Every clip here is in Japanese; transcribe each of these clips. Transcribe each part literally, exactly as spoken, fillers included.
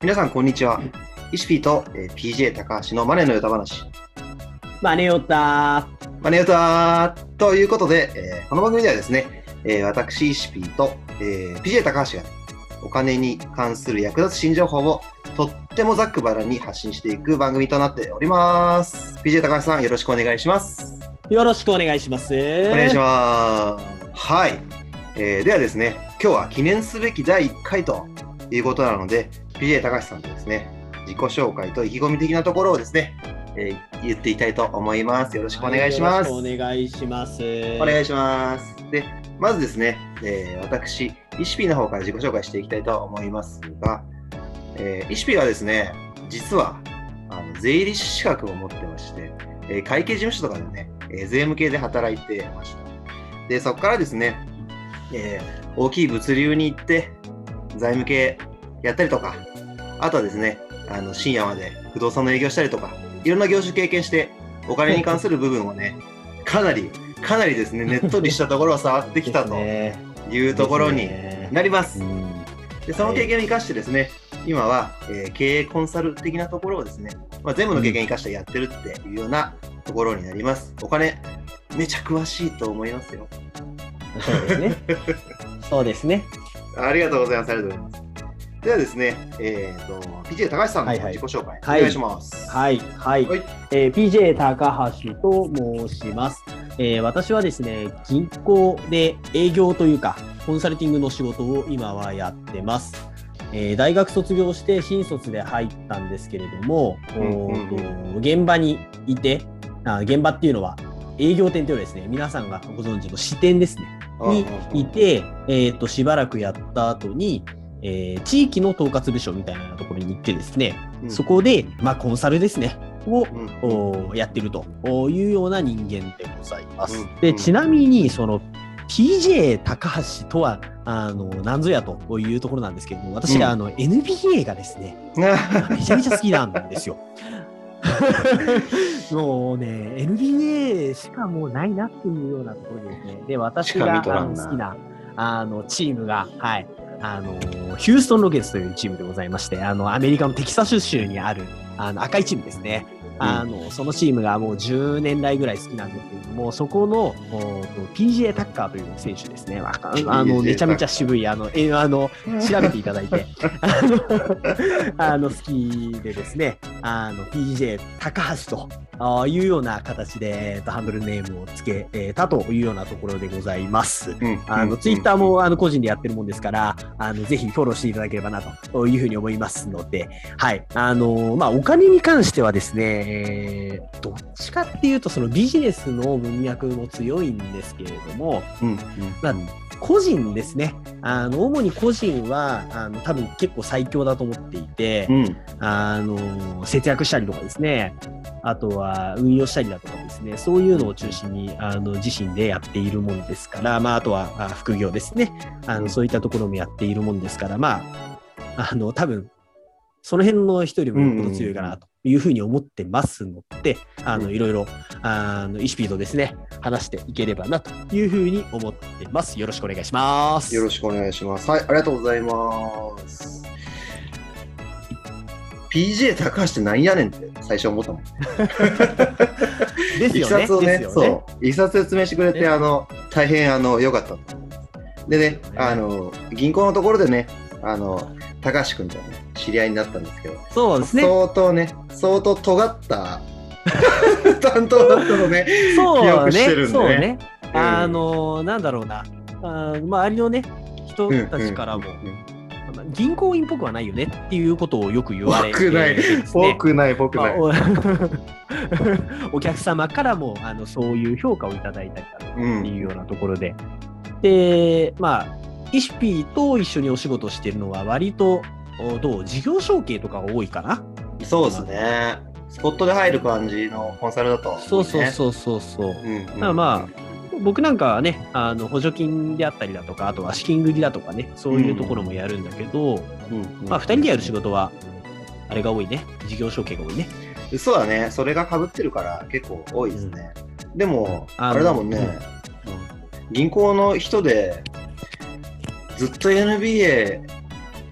皆さんこんにちは。イシピーと、えー ピージェー 高橋のマネの歌話。 マネオタマネ歌ということで、えーこの番組ではですね、えー私イシピーと、えー ピージェー 高橋がお金に関する役立つ新情報をとってもざっくばらんに発信していく番組となっております。ピージェー 高橋さんよろしくお願いします。 よろしくお願いします。 お願いします。はい、えーではですね、今日は記念すべきだいいっかいということなので、ピージェー 高橋さんとですね、自己紹介と意気込み的なところをですね、えー言っていきたいと思います。よろしくお願いします。 はい、よろしくお願いします。 お願いします。で、まずですね、えー私、イシピーの方から自己紹介していきたいと思いますが、えー、イシピーはですね、実はあの税理士資格を持ってまして、えー会計事務所とかでね、えー税務系で働いてました。で、そこからですね、えー大きい物流に行って、財務系やったりとか、あとはですね、あの深夜まで不動産の営業したりとか、いろんな業種経験して、お金に関する部分をね、かなり、かなりですね、ねっとりしたところを触ってきたというところになります。で、その経験を生かしてですね、今は、えー経営コンサル的なところをですね、まあ、全部の経験を生かしてやってるっていうようなところになります。お金、めちゃ詳しいと思いますよ。 そうですね。そうですね。 ありがとうございます。ありがとうございます。ではですね、えっ、と、ピージェー 高橋さんの自己紹介、 はいはいお願いします。 はい、はい。 はいえー ピージェー 高橋と申します。えー私はですね、銀行で営業というか、コンサルティングの仕事を今はやってます。えー大学卒業して新卒で入ったんですけれども、 うんうんうんおーと現場にいてあ、現場っていうのは営業店というのはですね、皆さんがご存知の支店ですね、にいて、えーと、しばらくやった後に、えー地域の統括部署みたいなところに行ってですね、 うんそこで、まあ、コンサルですね、を、 うんおやってるというような人間でございます。 うんで、ちなみに、その、ピージェー 高橋とは、あの、何ぞやというところなんですけれども、私が、あの、エヌビーエー がですね、めちゃめちゃ好きなんですよ。もうね、エヌビーエー しかもうないなっていうようなところですね。で、私がしか見とらんなあの好きなあのチームが、はい、あのヒューストン・ロケッツというチームでございまして、あのアメリカのテキサス州にあるあの赤いチームですね。あのそのチームがもうじゅうねん来ぐらい好きなんですけれども、そこの ピージェー タッカーという選手ですね。ああのめちゃめちゃ渋いあのえあの調べていただいてあのあの好きでですね、あの ピージェー 高橋とあいうような形で、えーと、ハンドルネームをつけたというようなところでございます。 うん、 あのツイッターもあの個人でやってるもんですから、あのぜひフォローしていただければなというふうに思いますので、はい、あのまあお金に関してはですね、えー、どっちかっていうとそのビジネスの文脈も強いんですけれども、 うんうんまあ、個人ですね。あの主に個人はあの多分結構最強だと思っていて、 うん、 あの節約したりとかですね、あとは運用したりだとかですね、そういうのを中心にあの自身でやっているもんですから、まあ、あとはあ副業ですね、あのそういったところもやっているもんですから、まあ、あの多分その辺の人よりもよっぽど強いかなというふうに思ってますので、あのいろいろあのイシピーとですね話していければなというふうに思ってます。よろしくお願いします。 よろしくお願いします。はい、ありがとうございます。ピージェー 高橋ってなんやねんって最初思ったもん。 ですよね。 いきさつをね、 ですよねそう、いきさつ説明してくれて、 ねあの大変あの良かったと思います。でね、あの銀行のところでね、あの高橋君と、ね、知り合いになったんですけど、 そうですね。 相当ね、相当尖った担当だったのね、 そうね、 記憶してるんでね。 そうね。 うんあのなんだろうな、あ周りのね人たちからも、 うんうんうんうん銀行員っぽくはないよねっていうことをよく言われて僕ない、 ですね、 僕ない、僕ない。 まあ、お, お客様からもあのそういう評価をいただいたりだとかっていうようなところで、うん、でまあイシピーと一緒にお仕事してるのは割とどう事業承継とかが多いかな。 そうですね。スポットで入る感じのコンサルだと、ね。 そうそうそうそうそう。うんうんうん、だからまあ僕なんかはね、あの補助金であったりだとか、あとは資金繰りだとかね、そういうところもやるんだけど、うん、まあふたりでやる仕事はあれが多いね、事業承継が多いね。 そうだね、それが被ってるから結構多いですね。うん、でもあれだもんね、うん、銀行の人でずっと エヌビーエ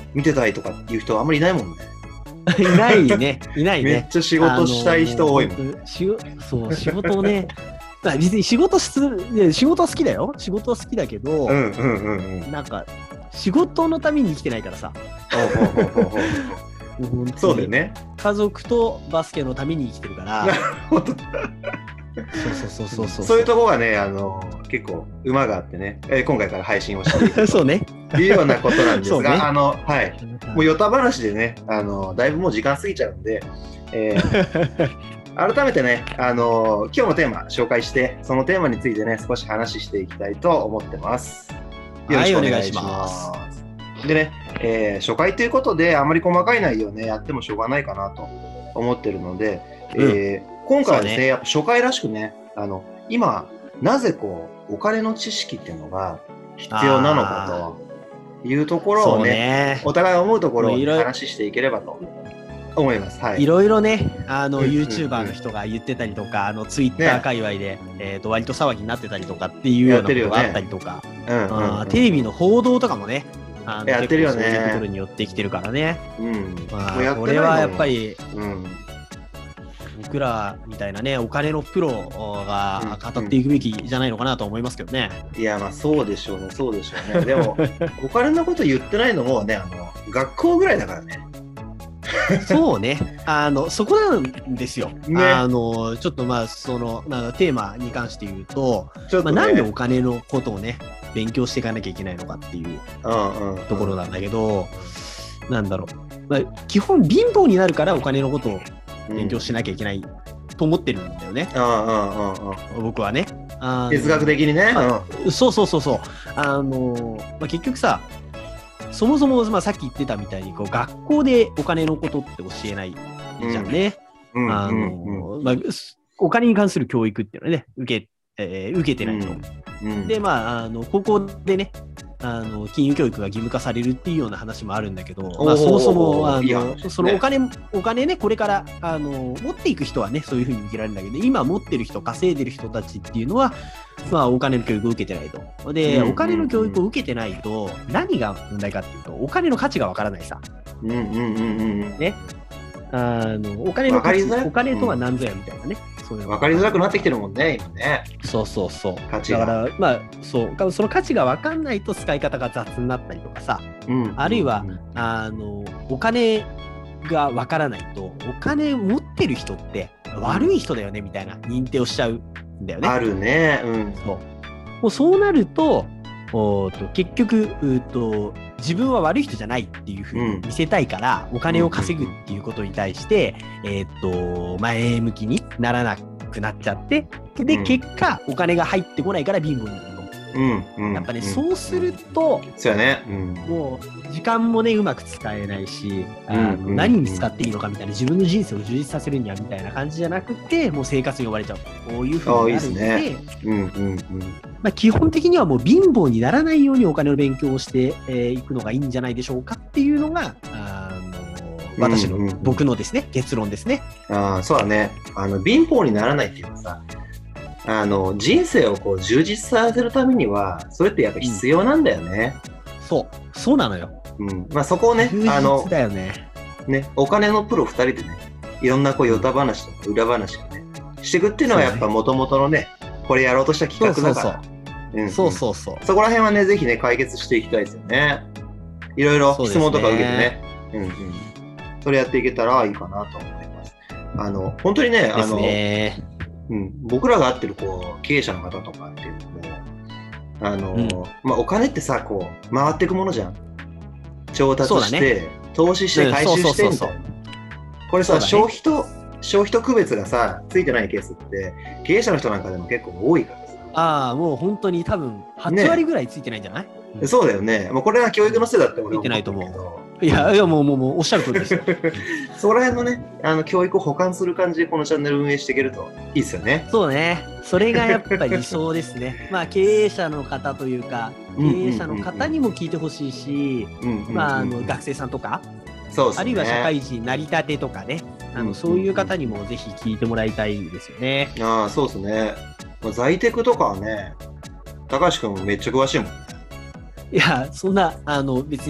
見てたいとかいう人あんまりいないもんね。 いないね、いないね。 めっちゃ仕事したい人多いもん。 あのーしそう、仕事をね、まあ別に仕事する、いや仕事は好きだよ。仕事は好きだけど、 うんうんうんうん。 なんか、仕事のために生きてないからさ。 ほうほうほうほうほうもう本当にそうだよね。 家族とバスケのために生きてるから。 なるほど。 そうそうそうそう。 そういうところがね、あの結構馬があってね、えー今回から配信をしているそうね。 というようなことなんですが、 そうねあのはい、もうヨタ話でね、あのだいぶもう時間過ぎちゃうんで、えー改めてね、あの今日のテーマ紹介して、そのテーマについてね、少し話していきたいと思ってます。よろしくお願いします。でね、えー初回ということで、あまり細かい内容ね、やってもしょうがないかなと思ってるので、 うんえー今回はですね、 そうねやっぱ初回らしくね、あの今、なぜこうお金の知識っていうのが必要なのかというところそうをね、 ね。 お互い思うところをね、 もういろいろ話していければと思います。はいいろいろね、あの、 うんうんうん YouTuber の人が言ってたりとか、あの、Twitter ね界隈で、えっと、割と騒ぎになってたりとかっていうようなことがあったりとか、 うんうんうんあーテレビの報道とかもね、あのやってるよね結構そういうところに寄ってきてるからね。 うんまあ、 もうやってないのこれはやっぱり、 うん僕らみたいなね、お金のプロが語っていくべきじゃないのかなと思いますけどね。 いや、まあそうでしょうね、そうでしょうね。でも、お金のこと言ってないのもね、あの学校ぐらいだからね。 そうね、あのそこなんですよ。 ねあのちょっとまあそのなんかテーマに関して言うと、 ちょっとね、 まあ、なんでお金のことをね勉強していかなきゃいけないのかっていううんうん、 ところなんだけど、なんだろう、まあ、基本貧乏になるからお金のことを勉強しなきゃいけないと思ってるんだよね、 うんうんうんうん、 僕はね。あの哲学的にね。 まあそうそうそうそう。あの、まあ、結局さ、そもそも、まあ、さっき言ってたみたいにこう学校でお金のことって教えないじゃんね。 うんうんあうんのまあ、お金に関する教育っていうのはね、受け、えー受けてないと。 うんうんで、まあ、あの高校でね、あの金融教育が義務化されるっていうような話もあるんだけど、まあ、そもそもあいい話の、 ですねそのお金、お金ね、これからあの持っていく人はね、そういうふうに受けられるんだけど、今持ってる人、稼いでる人たちっていうのは、まあ、お金の教育を受けてないと。で、 うんうんうんお金の教育を受けてないと、何が問題かっていうと、お金の価値がわからないさ。 うんうんうんうんね。あのお金の価値、 わかりづらいお金とは何ぞやみたいなね。そういうのが分かりづらくなってきてるもんね、今ね。 そうそうそう。 価値がだから、まあ、そう、その価値が分かんないと使い方が雑になったりとかさ、 うんあるいはうんうんあの、お金が分からないと、お金持ってる人って悪い人だよねみたいな認定をしちゃうんだよね。 あるね。うんそう。もうそうなると、おーと結局うーと、自分は悪い人じゃないっていうふうに見せたいから、お金を稼ぐっていうことに対して、えーっと、前向きにならなくなっちゃって、で、 うん結果、お金が入ってこないから貧乏になると。 うんうん、 やっぱね、 んそうすると、 そうやね。うんもう時間もね、うまく使えないし、あのうんうん何に使っていいのかみたいな、自分の人生を充実させるにはみたいな感じじゃなくて、もう生活に追われちゃう。こういうふうになるので、 あいいうんうんうんまあ、基本的にはもう貧乏にならないようにお金の勉強をしてい、えー、くのがいいんじゃないでしょうかっていうのが、あの私の、 うんうんうん僕のですね、結論ですね。 ああ、そうだね。あの貧乏にならないっていうのはさ、あの人生をこう充実させるためには、それってやっぱ必要なんだよね。 そう、そうなのよ。 うんまあ、そこをね充、 あの実だよね。 ね、お金のプロふたりでね、いろんなこうヨタ話とか裏話をね、していくっていうのはやっぱもともとのね、これやろうとした企画だから。うんうんそうそうそう。 そこら辺はね、ぜひね、解決していきたいですよね。いろいろ質問とか受けてね。うんうん。それやっていけたらいいかなと思います。あの、本当にね、 ですあの、 ね。 うん、僕らが会ってるこう経営者の方とかっていうのも、あの、 うんまあ、お金ってさ、こう、回っていくものじゃん。調達そうだして、 ね投資して、 うん回収してそうそうそうそうみたいな。これさ、 そうだね消費と、消費と区別がさ、ついてないケースって、経営者の人なんかでも結構多いからさ。 ああ、もう本当に多分はち割ぐらいついてないんじゃない、うんそうだよね。もうこれは教育のせいだって俺は思ついてないとってるけ思ど。 いや、いやもうもうもうおっしゃる通りですよ。 そこら辺のね、あの教育を補完する感じでこのチャンネル運営していけるといいですよね。 そうね。それがやっぱり理想ですね。まあ経営者の方というか、経営者の方にも聞いてほしいし、まああの学生さんとか、 そうですね、 あるいは社会人成り立てとかね、あのそういう方にもぜひ聞いてもらいたいですよね。 ああ、そうですね。まあ在テクとかはね、高橋君もめっちゃ詳しいもんね。 いや、そんな、あの別に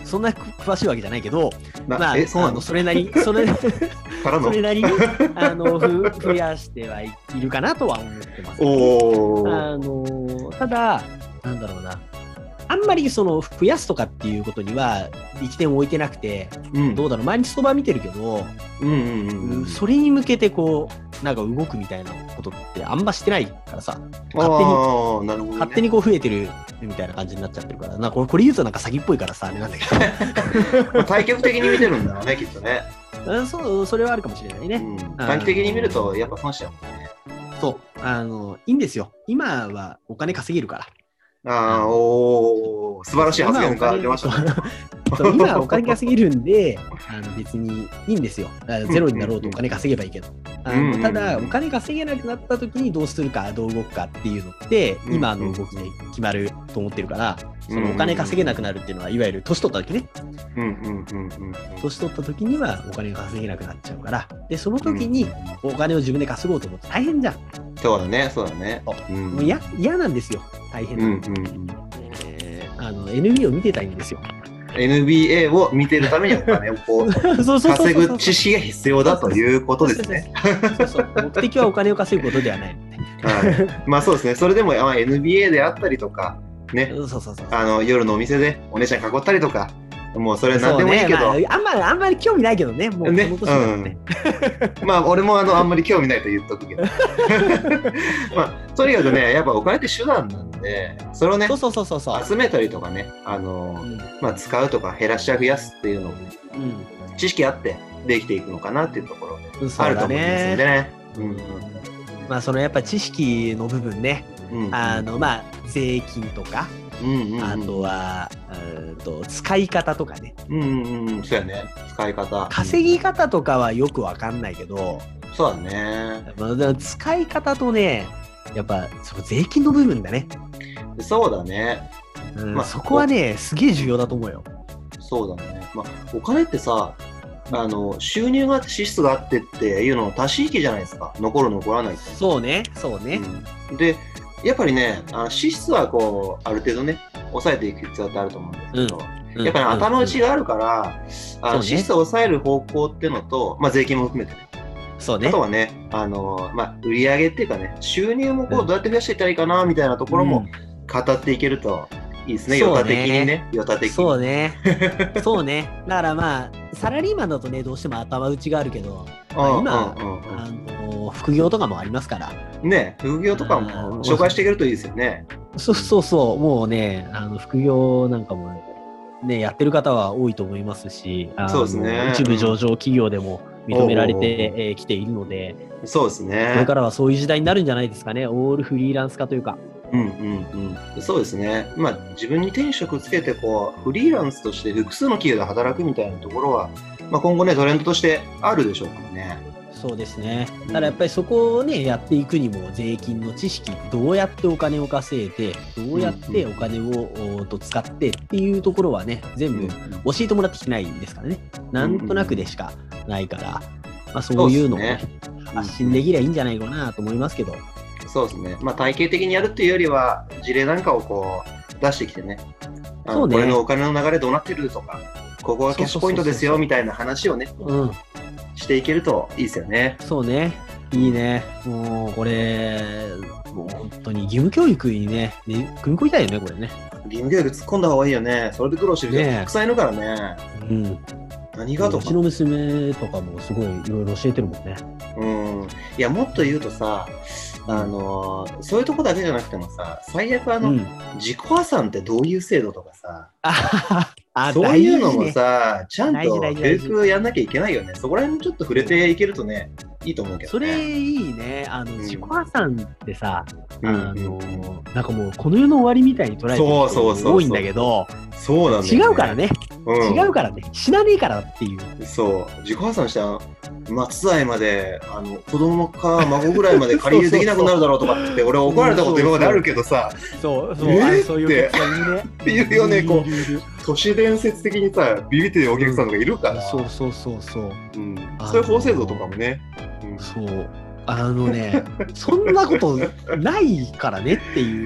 そんな詳しいわけじゃないけど、まあ、 えそうなのあのそれなりそれからのそれなりにあのふ増やしてはいるかなとは思ってます、ね。 おあのただなんだろうな。あんまりその増やすとかっていうことには力点を置いてなくて、 うん、 どうだろう、毎日そば見てるけど、 うんうんうんうん、 それに向けてこうなんか動くみたいなことってあんましてないからさ、勝手に、 あなるほどね、 勝手にこう増えてるみたいな感じになっちゃってるから、なんかこれ、これ言うとなんか詐欺っぽいからさ、あれなんだけど。 まあ対極的に見てるんだろうね、きっとね。 そう、それはあるかもしれないね。うん、 短期的に見るとやっぱ損しちゃうもんね。 そう、あの、いいんですよ。今はお金稼げるから。 ああ、おお、素晴らしい発言が出ましたね。 今はお金稼げるんで、あの別にいいんですよ。ゼロになろうとお金稼げばいいけど。あのただ、お金稼げなくなった時にどうするか、どう動くかっていうのって、今の動きで決まると思ってるから、そのお金稼げなくなるっていうのは、いわゆる年取った時ね。年取った時にはお金が稼げなくなっちゃうから、で、その時にお金を自分で稼ごうと思って大変じゃん。 そうだね、そうだね。 もう嫌なんですよ、大変なの。あの エヌビー を見てたいんですよ。 エヌビーエー を見てるためにお金をこう稼ぐ知識が必要だということですね。 目的はお金を稼ぐことではないので。 はい、まあそうですね。それでも、まあ、エヌビーエー であったりとか、ね、あの夜のお店でお姉ちゃん囲ったりとか、もうそれなんでもいいけど、 ね、まあ、あんまりあんまり興味ないけどね、もうね、 この年だね、 うん、まあ俺もあのあんまり興味ないと言っとくけど、まあとにかくね、やっぱお金って手段なんで、それをね、 そうそうそうそうそう集めたりとかね、あの、うん、まあ使うとか減らしや増やすっていうのを、ね、うん、知識あってできていくのかなっていうところあると思いますんでね。うん、 まあそのやっぱ知識の部分ね、うん、あのまあ税金とか。うんうんうん、あとはうんと使い方とかね。 うんうんうん、そうやね。使い方。 稼ぎ方とかはよくわかんないけど。 そうだね。 まあ、使い方とね、やっぱその税金の部分だね。 そうだね。 うん、まあ、そこはね、すげえ重要だと思うよ。 そうだね。まあ、お金ってさ、あの収入があって支出があってっていうのの足し引きじゃないですか。残る残らないって。 そうね、そうね。 うん、で、やっぱりね、あの支出はこうある程度ね、抑えていく必要ってあると思うんですけど、うん、やっぱり、ね、頭打ちがあるから、うん、あの支出を抑える方向っていうのと、まあ、税金も含めてね。 そうね。 あとはね、あのまあ、売り上げっていうかね、収入もこうどうやって増やしていったらいいかなみたいなところも語っていけるといいですね、うん、ヨタ的にね。ヨタ的に。 そうね。そうね。だからまあ、サラリーマンだとね、どうしても頭打ちがあるけど、まあ、今、うんうんうん、あの副業とかもありますから。 ね、副業とかも紹介していけるといいですよね。 そうそうそう、もうね、あの副業なんかもね、やってる方は多いと思いますし、あのそうですね、一部上場企業でも認められてきているので、 そうですね。 これからはそういう時代になるんじゃないですかね、オールフリーランス化というか。 うんうんうん、そうですね。まあ自分に転職つけてこうフリーランスとして複数の企業で働くみたいなところは、まあ、今後ねトレンドとしてあるでしょうからね。 そうですね。ただやっぱりそこをね、やっていくにも税金の知識、どうやってお金を稼いで、どうやってお金をと使ってっていうところはね、全部教えてもらってきてないんですからね。なんとなくでしかないから、まあ、そういうのを、ね、発信できればいいんじゃないかなと思いますけど。 そうですね。まあ体系的にやるっていうよりは、事例なんかをこう出してきてね、あのそうね、これのお金の流れどうなってるとか、ここがキャッシュポイントですよみたいな話をね、うん、していけるといいですよね。 そうね。いいね。もうこれ、もう本当に義務教育にね、組み込みたいよね、これね。 義務教育突っ込んだ方がいいよね。それで苦労してる人たくさんいるからね。うん。何がとか。 うちの娘とかもすごいいろいろ教えてるもんね。 うん。いや、もっと言うとさ、あのー、そういうとこだけじゃなくてもさ、最悪あの、うん、自己破産ってどういう制度とかさ、あそういうのもさ、ちゃんと教育やんなきゃいけないよね。そこら辺もちょっと触れていけるとね、いいと思うけどね。 それいいね。あの、うん、自己破産ってさ、うん、あのー、なんかもうこの世の終わりみたいに捉えてる人多いんだけど、 そうなんだよね、 違うからね、うん、違うからね。死なねえからっていう。 そう。自己破産した末代まであの子供か孫ぐらいまで借り入れできなくなるだろうとかって俺怒られたこと今まであるけどさ、 そうそう、 えー、 そういうお客さんいるねっていうよね。こう都市伝説的にさビビってるお客さんとかいるから、 うん、そうそうそうそう、 うん、そういう法制度とかもね、 うん、そうあのねそんなことないからねっていう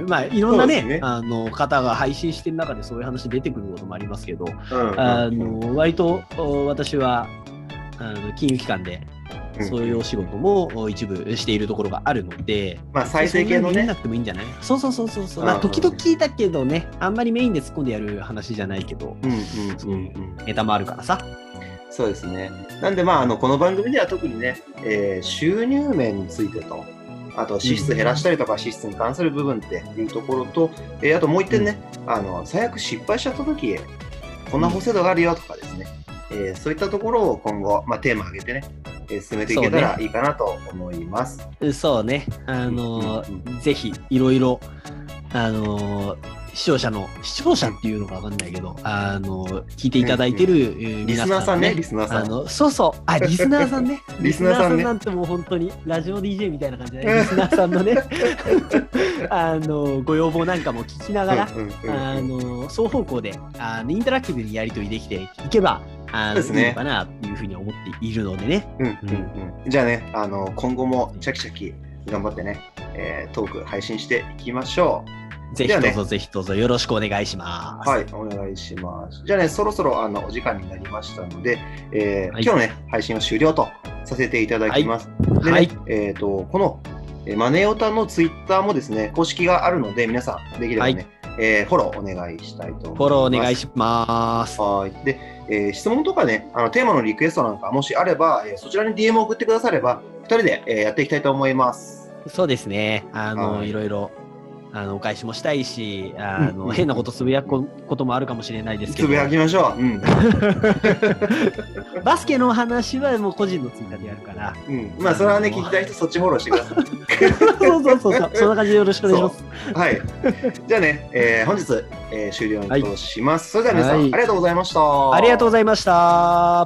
まあ、いろんなね、 そうですねあの方が配信してる中でそういう話出てくることもありますけど、 うんうんあの割とお私はあの金融機関でそういうお仕事もお一部しているところがあるので、 まあ再生系のねそんなに見なくてもいいんじゃない？そうそうそうそうそう。まあうんうん時々聞いたけどね、あんまりメインで突っ込んでやる話じゃないけど、 うんうんそういうネタもあるからさ。 そうですね。なんでまああのこの番組では特にね、えー収入面についてと、あと支出減らしたりとか支出に関する部分っていうところと、えーあともう一点ね、あの最悪失敗しちゃった時こんな法制度があるよとかですね、えーそういったところを今後、まあ、テーマを上げてね、えー進めていけたらいいかなと思います。 そうね、あのーうんうんぜひいろいろ、あのー視聴者の、視聴者っていうのかわかんないけど、あのー聞いていただいてる、えーリス皆ナーさんね、 ねリスナーさん。 あのそうそう、あ、リスナーさんね。 リスナーさんねリスナーさんなんてもう本当にラジオ ディージェー みたいな感じで、リスナーさんのね、あのご要望なんかも聞きながら、 うんうんうんあの双方向であのインタラクティブにやり取りできていけば、あのそうですねいいのかなというふうに思っているのでね。 うんうんうんじゃあね、あの今後もチャキチャキ頑張ってね、えートーク配信していきましょう。 ぜひどうぞぜひどうぞよろしくお願いします。 はい、お願いします。じゃあね、そろそろあのお時間になりましたので、えーはい今日のね、配信を終了とさせていただきます。でね、 はいえっ、と、この、えーマネオタのツイッターもですね、公式があるので、皆さん、できればね、えーフォローお願いしたいと思います。 フォローお願いします。 はい。で、えー質問とかね、あのテーマのリクエストなんかもしあれば、えーそちらに ディーエム を送ってくだされば、ふたりで、えーやっていきたいと思います。 そうですね。あの、 はいいろいろあのお返しもしたいし、あの、 うんうん変なことつぶやくこともあるかもしれないですけど。 つぶやきましょう。うん。 バスケの話はもう個人のツイッターでやるから。 うん、まあ、それはね、聞きたい人、そっちフォローしてください。 そうそうそうそう。そんな感じでよろしくお願いします。 はい。じゃあね、えー本日、えー終了にとします。それでは皆さん、 はいありがとうございました。 ありがとうございました。